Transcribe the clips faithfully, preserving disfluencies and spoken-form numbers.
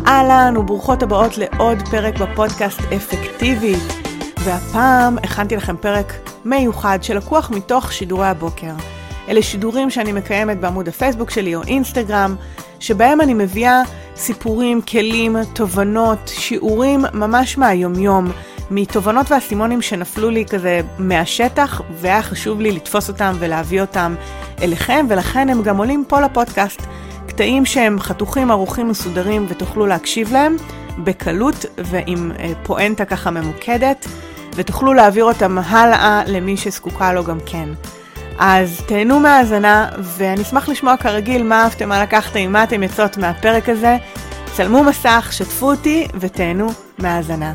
אהלן וברוכות הבאות לעוד פרק בפודקאסט אפקטיבית. והפעם הכנתי לכם פרק מיוחד שלקוח מתוך שידורי הבוקר. אלה שידורים שאני מקיימת בעמוד הפייסבוק שלי או אינסטגרם, שבהם אני מביאה סיפורים, כלים, תובנות, שיעורים ממש מהיומיום, מתובנות והסימונים שנפלו לי כזה מהשטח, והיה חשוב לי לתפוס אותם ולהביא אותם אליכם, ולכן הם גם עולים פה לפודקאסט. קטעים שהם חתוכים, ערוכים, מסודרים, ותוכלו להקשיב להם בקלות ועם פואנטה ככה ממוקדת, ותוכלו להעביר אותם הלאה למי שזקוקה לו גם כן. אז תהנו מהאזנה, ואני אשמח לשמוע כרגיל מה אהבתם, מה לקחתם, מה אתם יוצאות מהפרק הזה. צלמו מסך, שתפו אותי ותהנו מהאזנה.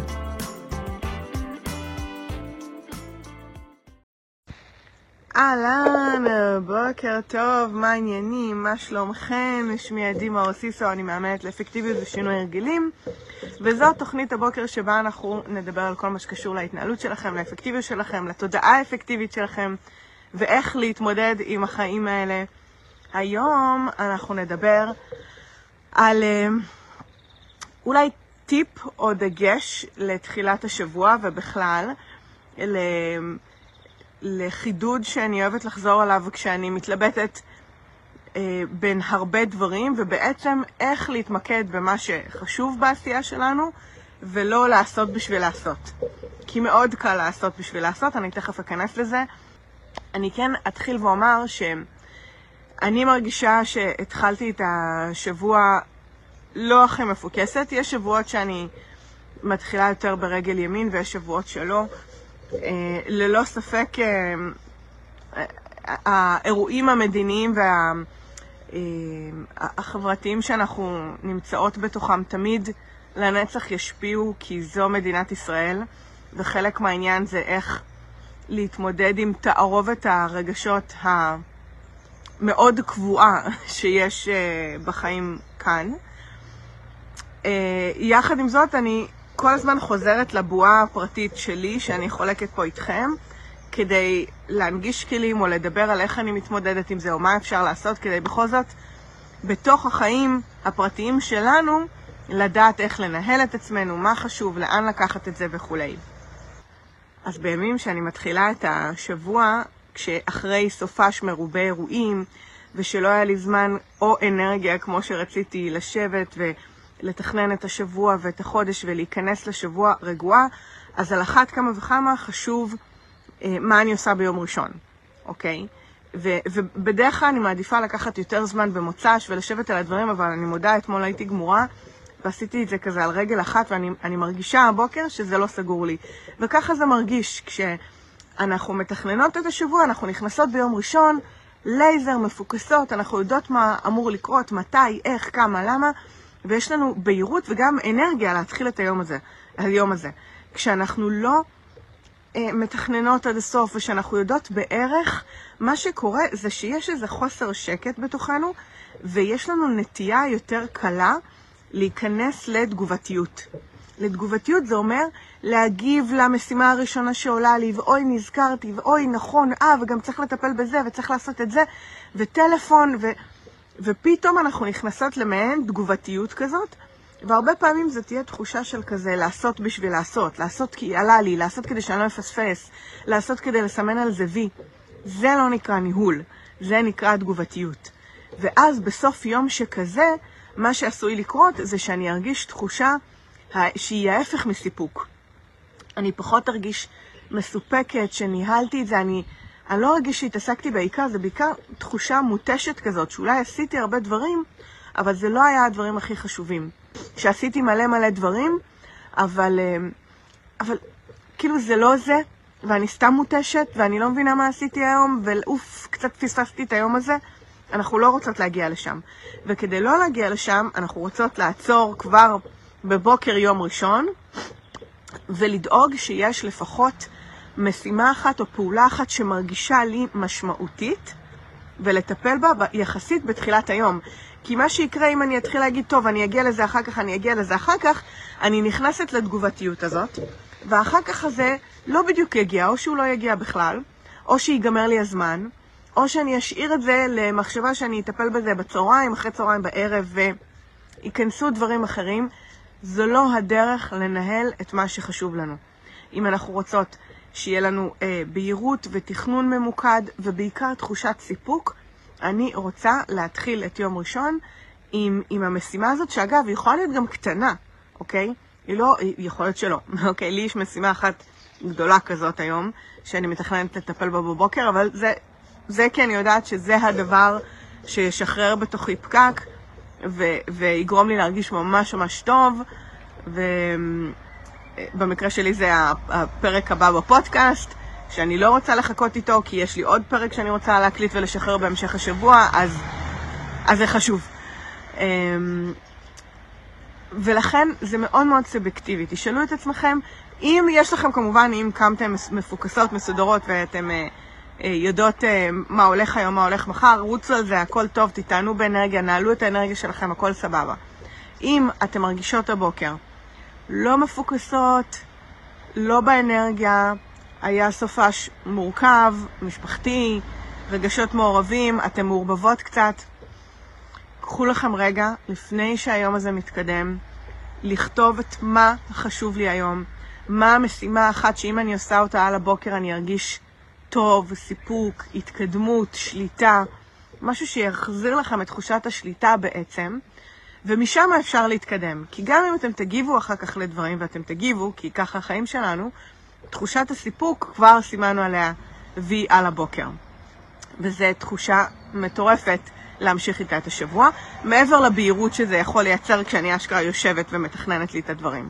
אהלן, בוקר טוב, מה העניינים, מה שלומכם? שמי עדי מאוסיסו, אני מאמנת לאפקטיביות ושינוי הרגלים, וזו תוכנית הבוקר שבה אנחנו נדבר על כל מה שקשור להתנהלות שלכם, לאפקטיביות שלכם, לתודעה האפקטיבית שלכם, ואיך להתמודד עם החיים האלה. היום אנחנו נדבר על אולי טיפ או דגש לתחילת השבוע ובכלל, ל... לחידוד שאני אוהבת לחזור עליו כשאני מתלבטת אה, בין הרבה דברים, ובעצם איך להתמקד במה שחשוב בעשייה שלנו ולא לעשות בשביל לעשות. כי מאוד קל לעשות בשביל לעשות, אני תכף אכנס לזה. אני כן אתחיל ואומר שאני מרגישה שהתחלתי את השבוע לא הכי מפוקסת. יש שבועות שאני מתחילה יותר ברגל ימין ויש שבועות שלא. ללא ספק האירועים המדיניים והחברתיים שאנחנו נמצאות בתוכם תמיד לנצח ישפיעו, כי זו מדינת ישראל, וחלק מהעניין זה איך להתמודד עם תערובת הרגשות המאוד קבועה שיש בחיים כאן. יחד עם זאת אני כל הזמן חוזרת לבועה הפרטית שלי שאני חולקת פה איתכם, כדי להנגיש כלים או לדבר על איך אני מתמודדת עם זה או מה אפשר לעשות, כדי בכל זאת בתוך החיים הפרטיים שלנו לדעת איך לנהל את עצמנו, מה חשוב, לאן לקחת את זה וכו'. אז בימים שאני מתחילה את השבוע, כשאחרי סופש מרובה אירועים ושלא היה לי זמן או אנרגיה כמו שרציתי לשבת ו... לתכנן את השבוע ואת החודש ולהיכנס לשבוע רגועה, אז על אחת כמה וכמה חשוב אה, מה אני עושה ביום ראשון, אוקיי? ו- ובדרך כלל אני מעדיפה לקחת יותר זמן במוצ"ש ולשבת על הדברים, אבל אני מודה, אתמול הייתי גמורה ועשיתי את זה כזה על רגל אחת, ואני אני מרגישה הבוקר שזה לא סגור לי. וככה זה מרגיש כשאנחנו מתכננות את השבוע, אנחנו נכנסות ביום ראשון, לייזר, מפוקסות, אנחנו יודעות מה אמור לקרות, מתי, איך, כמה, למה, ויש לנו בהירות וגם אנרגיה להתחיל את היום הזה, היום הזה. כשאנחנו לא אה, מתכננות עד הסוף ושאנחנו יודעות בערך, מה שקורה זה שיש איזה חוסר שקט בתוכנו, ויש לנו נטייה יותר קלה להיכנס לתגובתיות. לתגובתיות זה אומר להגיב למשימה הראשונה שעולה לי, ואוי נזכרתי, ואוי נכון, אה, וגם צריך לטפל בזה, וצריך לעשות את זה, וטלפון, ו... ופתאום אנחנו נכנסות למעין תגובתיות כזאת, והרבה פעמים זה תהיה תחושה של כזה לעשות בשביל לעשות, לעשות כי עלה לי, לעשות כדי שאני לא אפספס, לעשות כדי לסמן על זה וי. זה לא נקרא ניהול, זה נקרא תגובתיות. ואז בסוף יום שכזה, מה שעשוי לקרות זה שאני ארגיש תחושה שהיא ההפך מסיפוק. אני פחות ארגיש מסופקת שניהלתי את זה, אני... אני לא רגיש שהתעסקתי בעיקר, זה בעיקר תחושה מוטשת כזאת, שאולי עשיתי הרבה דברים, אבל זה לא היה הדברים הכי חשובים. שעשיתי מלא מלא דברים, אבל, אבל כאילו זה לא זה, ואני סתם מוטשת, ואני לא מבינה מה עשיתי היום, ואוף, קצת פספסתי את היום הזה. אנחנו לא רוצות להגיע לשם. וכדי לא להגיע לשם, אנחנו רוצות לעצור כבר בבוקר יום ראשון, ולדאוג שיש לפחות משימה אחת או פעולה אחת שמרגישה לי משמעותית, ולטפל בה יחסית בתחילת היום. כי מה שיקרה אם אני אתחיל להגיד, טוב, אני אגיע לזה אחר כך, אני אגיע לזה אחר כך, אני נכנסת לתגובתיות הזאת, ואחר כך הזה לא בדיוק יגיע, או שהוא לא יגיע בכלל, או שיגמר לי הזמן, או שאני אשאיר את זה למחשבה שאני אטפל בזה בצהריים, אחרי צהריים בערב, ייכנסו דברים אחרים, זו לא הדרך לנהל את מה שחשוב לנו. אם אנחנו רוצות שיהיה לנו אה, בהירות ותכנון ממוקד, ובעיקר תחושת סיפוק, אני רוצה להתחיל את יום ראשון עם, עם המשימה הזאת, שאגב, היא יכולה להיות גם קטנה, אוקיי? היא לא, היא יכול להיות שלא. אוקיי, לי יש משימה אחת גדולה כזאת היום, שאני מתכננת לטפל בה בבוקר, אבל זה, זה כי אני יודעת שזה הדבר שישחרר בתוכי פקק, ו- ויגרום לי להרגיש ממש ממש טוב, ובמקרה שלי זה הפרק הבא בפודקאסט, שאני לא רוצה לחכות איתו, כי יש לי עוד פרק שאני רוצה להקליט ולשחרר בהמשך השבוע, אז, אז זה חשוב. ולכן זה מאוד מאוד סובייקטיבי. תשאלו את עצמכם, אם יש לכם כמובן, אם קמתם מפוקסות, מסודרות, ואתם יודעות מה הולך היום, מה הולך מחר, רוצו על זה, הכל טוב, תטענו באנרגיה, נעלו את האנרגיה שלכם, הכל סבבה. אם אתם מרגישות הבוקר, לא מפוקסות, לא באנרגיה, היה סופש מורכב, משפחתי, רגשות מעורבים, אתם מעורבבות קצת, קחו לכם רגע, לפני שהיום הזה מתקדם, לכתוב את מה חשוב לי היום, מה המשימה אחת שאם אני עושה אותה על הבוקר אני ארגיש טוב, סיפוק, התקדמות, שליטה, משהו שיחזיר לכם את תחושת השליטה בעצם, ומשם אפשר להתקדם. כי גם אם אתם תגיבו אחר כך לדברים, ואתם תגיבו, כי ככה החיים שלנו, תחושת הסיפוק כבר סימנו עליה וי על הבוקר. וזו תחושה מטורפת להמשיך איתה את השבוע, מעבר לבהירות שזה יכול לייצר כשאני אשכרה יושבת ומתכננת לי את הדברים.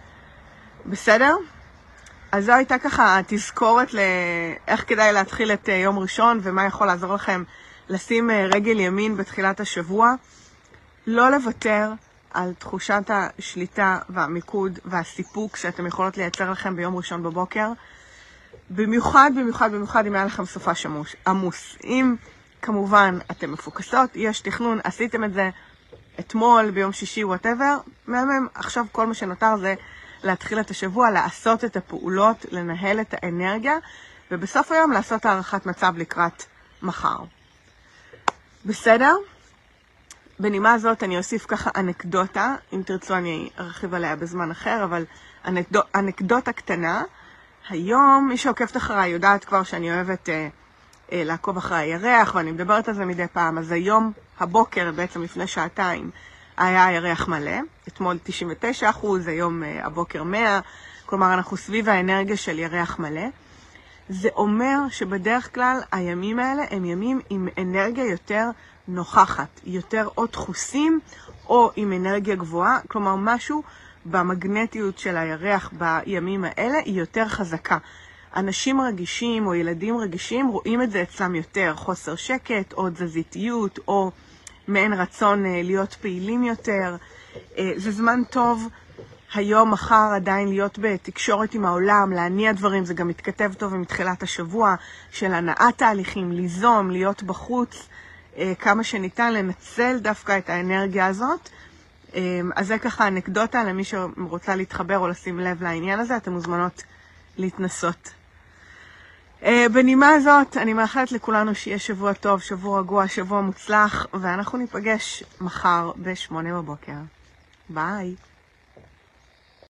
בסדר? אז זו הייתה ככה תזכורת לאיך כדאי להתחיל את יום ראשון, ומה יכול לעזור לכם לשים רגל ימין בתחילת השבוע. לא לוותר על תחושת השליטה והמיקוד והסיפוק שאתם יכולות לייצר לכם ביום ראשון בבוקר. במיוחד, במיוחד, במיוחד אם היה לכם סופה שמוש, עמוס. אם כמובן אתם מפוקסות, יש תכנון, עשיתם את זה אתמול, ביום שישי, whatever, מהמם, עכשיו כל מה שנותר זה להתחיל את השבוע, לעשות את הפעולות, לנהל את האנרגיה, ובסוף היום לעשות הערכת מצב לקראת מחר. בסדר? בנימה הזאת אני אוסיף ככה אנקדוטה, אם תרצו אני ארחיב עליה בזמן אחר, אבל אנקדוט, אנקדוטה קטנה. היום, מי שעוקבת אחריי יודעת כבר שאני אוהבת אה, אה, לעקוב אחרי הירח, ואני מדברת על זה מדי פעם. אז היום, הבוקר, בעצם לפני שעתיים, היה הירח מלא. אתמול תשעים ותשע אחוז, היום אה, הבוקר מאה. כלומר, אנחנו סביב האנרגיה של ירח מלא. זה אומר שבדרך כלל הימים האלה הם ימים עם אנרגיה יותר נוכחת, יותר או דחוסים או עם אנרגיה גבוהה, כלומר משהו במגנטיות של הירח בימים האלה היא יותר חזקה. אנשים רגישים או ילדים רגישים רואים את זה אצלם יותר, חוסר שקט או תזזיתיות או מעין רצון להיות פעילים יותר. זה זמן טוב היום, מחר עדיין להיות בתקשורת עם העולם, להניע דברים, זה גם מתכתב טוב עם תחילת השבוע של הנעת תהליכים, ליזום, להיות בחוץ, כמה שניתן לנצל דווקא את האנרגיה הזאת. אז זה ככה אנקדוטה למי שרוצה להתחבר או לשים לב לעניין הזה, אתם מוזמנות להתנסות. בנימה הזאת אני מאחלת לכולנו שיהיה שבוע טוב, שבוע רגוע, שבוע מוצלח, ואנחנו ניפגש מחר בשמונה בבוקר. ביי.